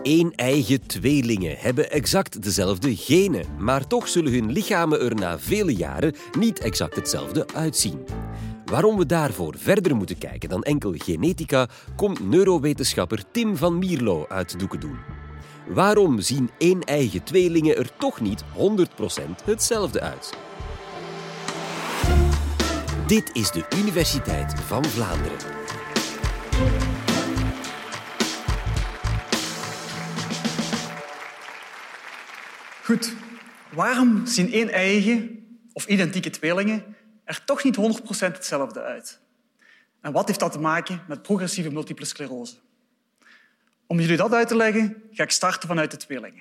Een-eigen tweelingen hebben exact dezelfde genen, maar toch zullen hun lichamen er na vele jaren niet exact hetzelfde uitzien. Waarom we daarvoor verder moeten kijken dan enkel genetica, komt neurowetenschapper Tim van Mierlo uit de doeken doen. Waarom zien een-eigen tweelingen er toch niet 100% hetzelfde uit? Dit is de Universiteit van Vlaanderen. Goed, waarom zien een-eigen of identieke tweelingen er toch niet 100% hetzelfde uit? En wat heeft dat te maken met progressieve multiple sclerose? Om jullie dat uit te leggen, ga ik starten vanuit de tweelingen.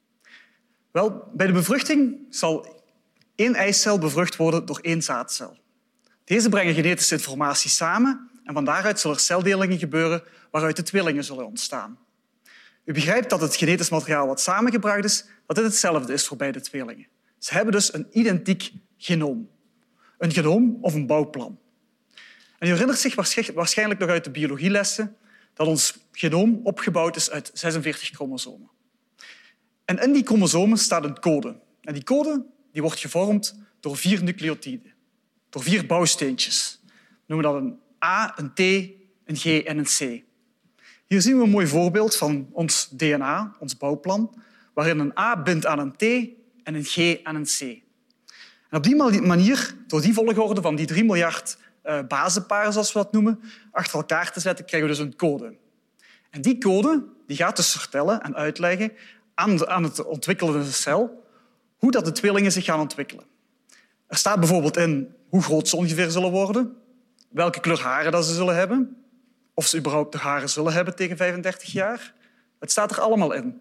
Wel, bij de bevruchting zal één eicel bevrucht worden door één zaadcel. Deze brengen genetische informatie samen en van daaruit zullen er celdelingen gebeuren waaruit de tweelingen zullen ontstaan. U begrijpt dat het genetisch materiaal wat samengebracht is, dat dit hetzelfde is voor beide tweelingen. Ze hebben dus een identiek genoom. Een genoom of een bouwplan. En u herinnert zich waarschijnlijk nog uit de biologielessen dat ons genoom opgebouwd is uit 46 chromosomen. En in die chromosomen staat een code. En die code die wordt gevormd door 4 nucleotiden. Door 4 bouwsteentjes. We noemen dat een A, een T, een G en een C. Hier zien we een mooi voorbeeld van ons DNA, ons bouwplan, waarin een A bindt aan een T en een G aan een C. En op die manier, door die volgorde van die 3 miljard bazenparen, zoals we dat noemen, achter elkaar te zetten, krijgen we dus een code. En die code die gaat dus vertellen en uitleggen aan het ontwikkelende cel hoe dat de tweelingen zich gaan ontwikkelen. Er staat bijvoorbeeld in hoe groot ze ongeveer zullen worden, welke kleur haren dat ze zullen hebben, of ze überhaupt nog haren zullen hebben tegen 35 jaar. Het staat er allemaal in.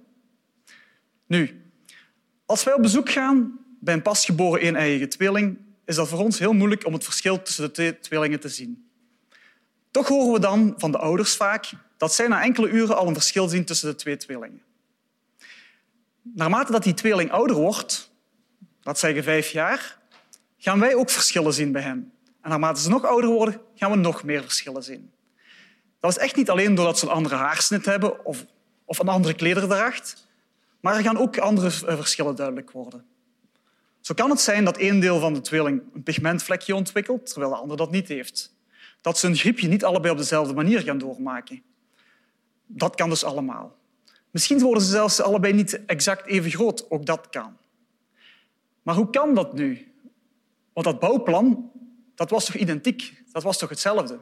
Nu, als wij op bezoek gaan bij een pasgeboren een-eigen tweeling, is dat voor ons heel moeilijk om het verschil tussen de 2 tweelingen te zien. Toch horen we dan van de ouders vaak dat zij na enkele uren al een verschil zien tussen de 2 tweelingen. Naarmate dat die tweeling ouder wordt, laat zeggen 5 jaar, gaan wij ook verschillen zien bij hen. En naarmate ze nog ouder worden, gaan we nog meer verschillen zien. Dat is echt niet alleen doordat ze een andere haarsnit hebben of een andere klederdracht, maar er gaan ook andere verschillen duidelijk worden. Zo kan het zijn dat één deel van de tweeling een pigmentvlekje ontwikkelt, terwijl de ander dat niet heeft. Dat ze een griepje niet allebei op dezelfde manier gaan doormaken. Dat kan dus allemaal. Misschien worden ze zelfs allebei niet exact even groot. Ook dat kan. Maar hoe kan dat nu? Want dat bouwplan, dat was toch identiek? Dat was toch hetzelfde?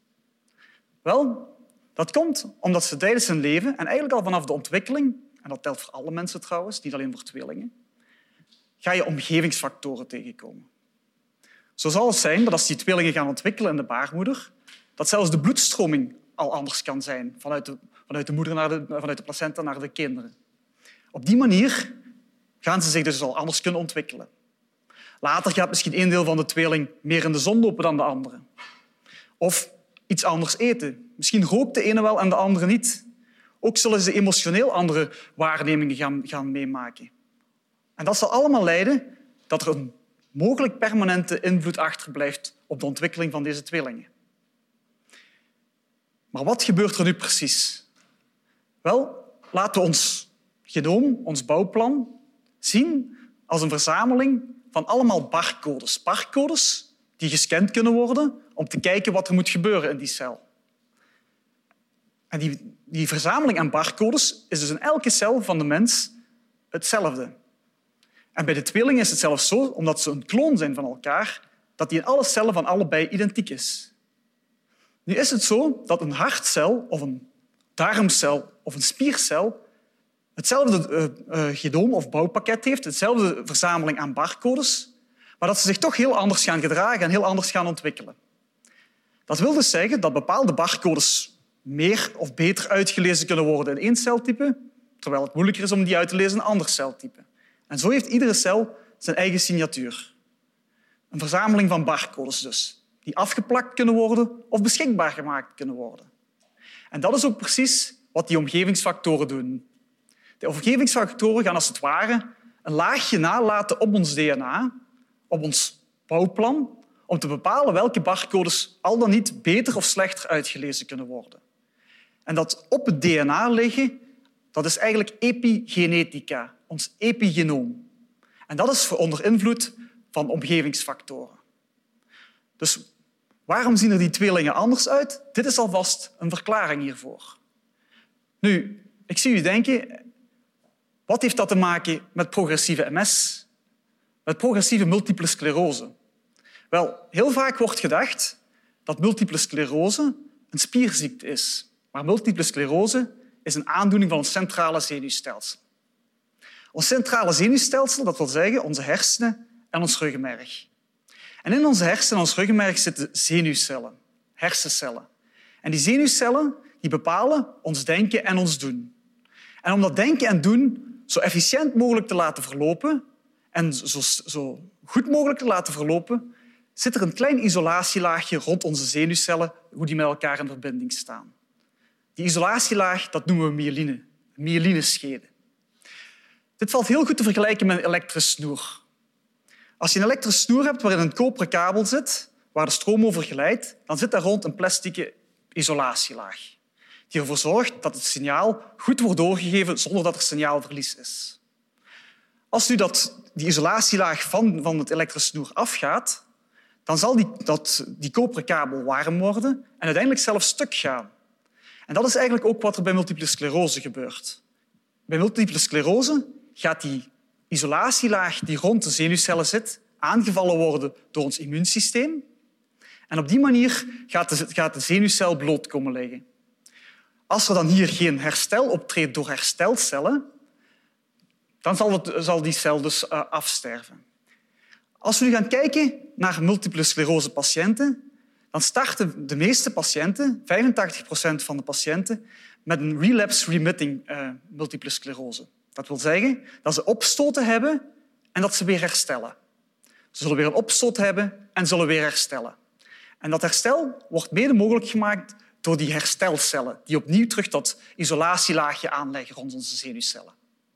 Wel, dat komt omdat ze tijdens hun leven, en eigenlijk al vanaf de ontwikkeling, en dat telt voor alle mensen trouwens, niet alleen voor tweelingen, ga je omgevingsfactoren tegenkomen. Zo zal het zijn dat als die tweelingen gaan ontwikkelen in de baarmoeder, dat zelfs de bloedstroming al anders kan zijn vanuit de moeder vanuit de placenta naar de kinderen. Op die manier gaan ze zich dus al anders kunnen ontwikkelen. Later gaat misschien één deel van de tweeling meer in de zon lopen dan de andere. Of iets anders eten. Misschien rookt de ene wel en de andere niet. Ook zullen ze emotioneel andere waarnemingen gaan meemaken. En dat zal allemaal leiden dat er een mogelijk permanente invloed achterblijft op de ontwikkeling van deze tweelingen. Maar wat gebeurt er nu precies? Wel, laten we ons genoom, ons bouwplan, zien als een verzameling van allemaal barcodes. Barcodes die gescand kunnen worden om te kijken wat er moet gebeuren in die cel. En die verzameling aan barcodes is dus in elke cel van de mens hetzelfde. En bij de tweelingen is het zelfs zo, omdat ze een kloon zijn van elkaar, dat die in alle cellen van allebei identiek is. Nu is het zo dat een hartcel of een darmcel of een spiercel hetzelfde genoom of bouwpakket heeft, hetzelfde verzameling aan barcodes, maar dat ze zich toch heel anders gaan gedragen en heel anders gaan ontwikkelen. Dat wil dus zeggen dat bepaalde barcodes meer of beter uitgelezen kunnen worden in één celtype, terwijl het moeilijker is om die uit te lezen in een ander celtype. En zo heeft iedere cel zijn eigen signatuur. Een verzameling van barcodes dus, die afgeplakt kunnen worden of beschikbaar gemaakt kunnen worden. En dat is ook precies wat die omgevingsfactoren doen. De omgevingsfactoren gaan als het ware een laagje nalaten op ons DNA, op ons bouwplan, om te bepalen welke barcodes al dan niet beter of slechter uitgelezen kunnen worden. En dat op het DNA liggen dat is eigenlijk epigenetica, ons epigenoom. En dat is onder invloed van omgevingsfactoren. Dus waarom zien er die tweelingen anders uit? Dit is alvast een verklaring hiervoor. Nu, ik zie u denken, wat heeft dat te maken met progressieve MS? Met progressieve multiple sclerose? Wel, heel vaak wordt gedacht dat multiple sclerose een spierziekte is. Maar multiple sclerose is een aandoening van ons centrale zenuwstelsel. Ons centrale zenuwstelsel, dat wil zeggen onze hersenen en ons ruggenmerg. En in onze hersenen en ons ruggenmerg zitten zenuwcellen, hersencellen. En die zenuwcellen die bepalen ons denken en ons doen. En om dat denken en doen zo efficiënt mogelijk te laten verlopen en zo goed mogelijk te laten verlopen, zit er een klein isolatielaagje rond onze zenuwcellen, hoe die met elkaar in verbinding staan. Die isolatielaag, dat noemen we myeline, een myelineschede. Dit valt heel goed te vergelijken met een elektrische snoer. Als je een elektrische snoer hebt waarin een koperen kabel zit, waar de stroom over glijdt, dan zit daar rond een plastic isolatielaag, die ervoor zorgt dat het signaal goed wordt doorgegeven zonder dat er signaalverlies is. Als nu die isolatielaag van het elektrische snoer afgaat, dan zal die koperen kabel warm worden en uiteindelijk zelfs stuk gaan. En dat is eigenlijk ook wat er bij multiple sclerose gebeurt. Bij multiple sclerose gaat die isolatielaag die rond de zenuwcellen zit aangevallen worden door ons immuunsysteem. En op die manier gaat de zenuwcel bloot komen liggen. Als er dan hier geen herstel optreedt door herstelcellen, dan zal die cel dus afsterven. Als we nu gaan kijken naar multiple sclerose patiënten, dan starten de meeste patiënten, 85% van de patiënten, met een relapse-remitting multiple sclerose. Dat wil zeggen dat ze opstoten hebben en dat ze weer herstellen. Ze zullen weer een opstoot hebben en zullen weer herstellen. En dat herstel wordt mede mogelijk gemaakt door die herstelcellen, die opnieuw terug dat isolatielaagje aanleggen rond onze zenuwcellen.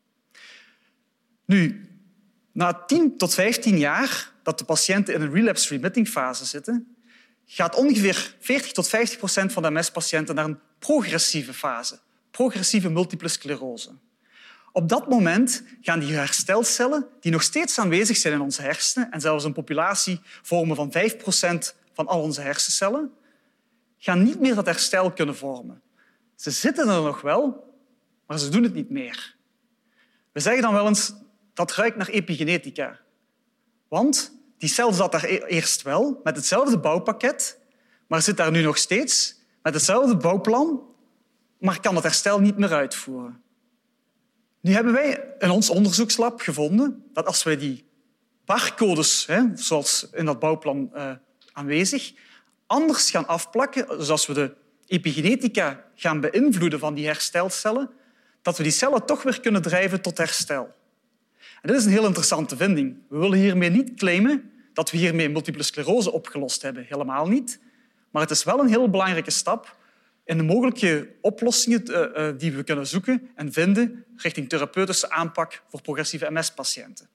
Nu, na 10 tot 15 jaar dat de patiënten in een relapse-remitting fase zitten, gaat ongeveer 40 tot 50% van de MS-patiënten naar een progressieve fase, progressieve multiple sclerose. Op dat moment gaan die herstelcellen, die nog steeds aanwezig zijn in onze hersenen en zelfs een populatie vormen van 5% van al onze hersencellen, gaan niet meer dat herstel kunnen vormen. Ze zitten er nog wel, maar ze doen het niet meer. We zeggen dan wel eens dat ruikt naar epigenetica. Want die cel zat daar eerst wel, met hetzelfde bouwpakket, maar zit daar nu nog steeds met hetzelfde bouwplan, maar kan het herstel niet meer uitvoeren. Nu hebben wij in ons onderzoekslab gevonden dat als wij die barcodes, zoals in dat bouwplan aanwezig, anders gaan afplakken, dus als we de epigenetica gaan beïnvloeden van die herstelcellen, dat we die cellen toch weer kunnen drijven tot herstel. En dit is een heel interessante vinding. We willen hiermee niet claimen dat we hiermee multiple sclerose opgelost hebben. Helemaal niet. Maar het is wel een heel belangrijke stap in de mogelijke oplossingen die we kunnen zoeken en vinden richting therapeutische aanpak voor progressieve MS-patiënten.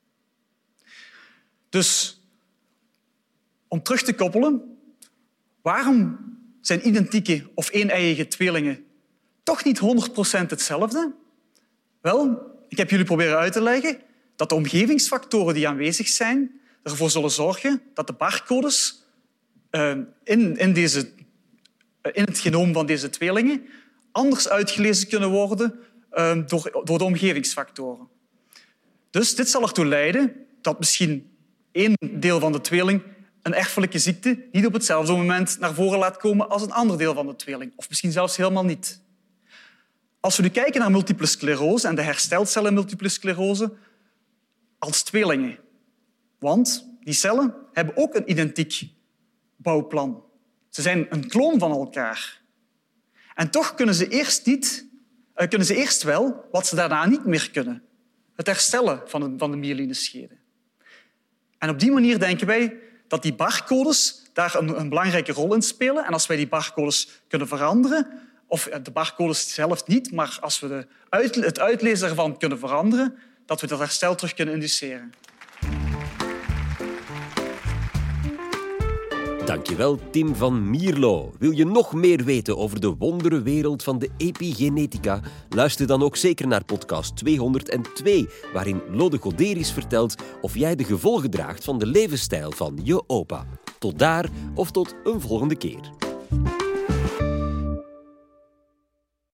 Dus, om terug te koppelen, waarom zijn identieke of een-eiige tweelingen toch niet 100% hetzelfde? Wel, ik heb jullie proberen uit te leggen dat de omgevingsfactoren die aanwezig zijn ervoor zullen zorgen dat de barcodes in het genoom van deze tweelingen anders uitgelezen kunnen worden door de omgevingsfactoren. Dus dit zal ertoe leiden dat misschien één deel van de tweeling een erfelijke ziekte niet op hetzelfde moment naar voren laat komen als een ander deel van de tweeling. Of misschien zelfs helemaal niet. Als we nu kijken naar multiple sclerose en de herstelcellen multiple sclerose als tweelingen. Want die cellen hebben ook een identiek bouwplan. Ze zijn een kloon van elkaar. En toch kunnen ze eerst wel wat ze daarna niet meer kunnen. Het herstellen van de myelineschede. En op die manier denken wij dat die barcodes daar een belangrijke rol in spelen. En als wij die barcodes kunnen veranderen, of de barcodes zelf niet, maar als we het uitlezen ervan kunnen veranderen, dat we dat herstel terug kunnen induceren. Dankjewel Tim van Mierlo. Wil je nog meer weten over de wonderenwereld van de epigenetica? Luister dan ook zeker naar podcast 202, waarin Lode Goderis vertelt of jij de gevolgen draagt van de levensstijl van je opa. Tot daar of tot een volgende keer.